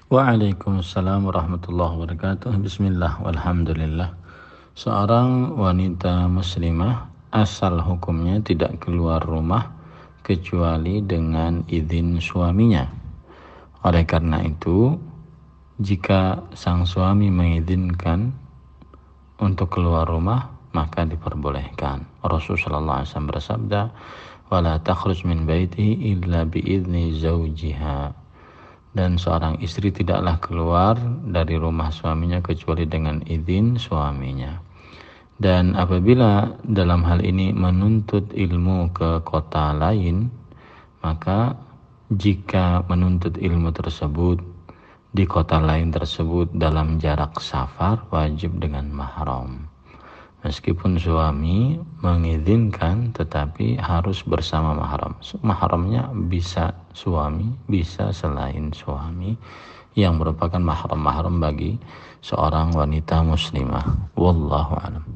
Waalaikumsalam warahmatullahi wabarakatuh. Bismillah walhamdulillah. Seorang wanita muslimah asal hukumnya tidak keluar rumah kecuali dengan izin suaminya. Oleh karena itu, jika sang suami mengizinkan untuk keluar rumah, maka diperbolehkan. Rasulullah SAW bersabda, "Wala takhruj min baitihi illa biizni zawjiha." Dan seorang istri tidaklah keluar dari rumah suaminya kecuali dengan izin suaminya. Dan apabila dalam hal ini menuntut ilmu ke kota lain, maka jika menuntut ilmu tersebut di kota lain tersebut dalam jarak safar, wajib dengan mahram. Meskipun suami mengizinkan, tetapi harus bersama mahram. Mahramnya bisa suami, bisa selain suami yang merupakan mahram bagi seorang wanita muslimah. Wallahu a'lam.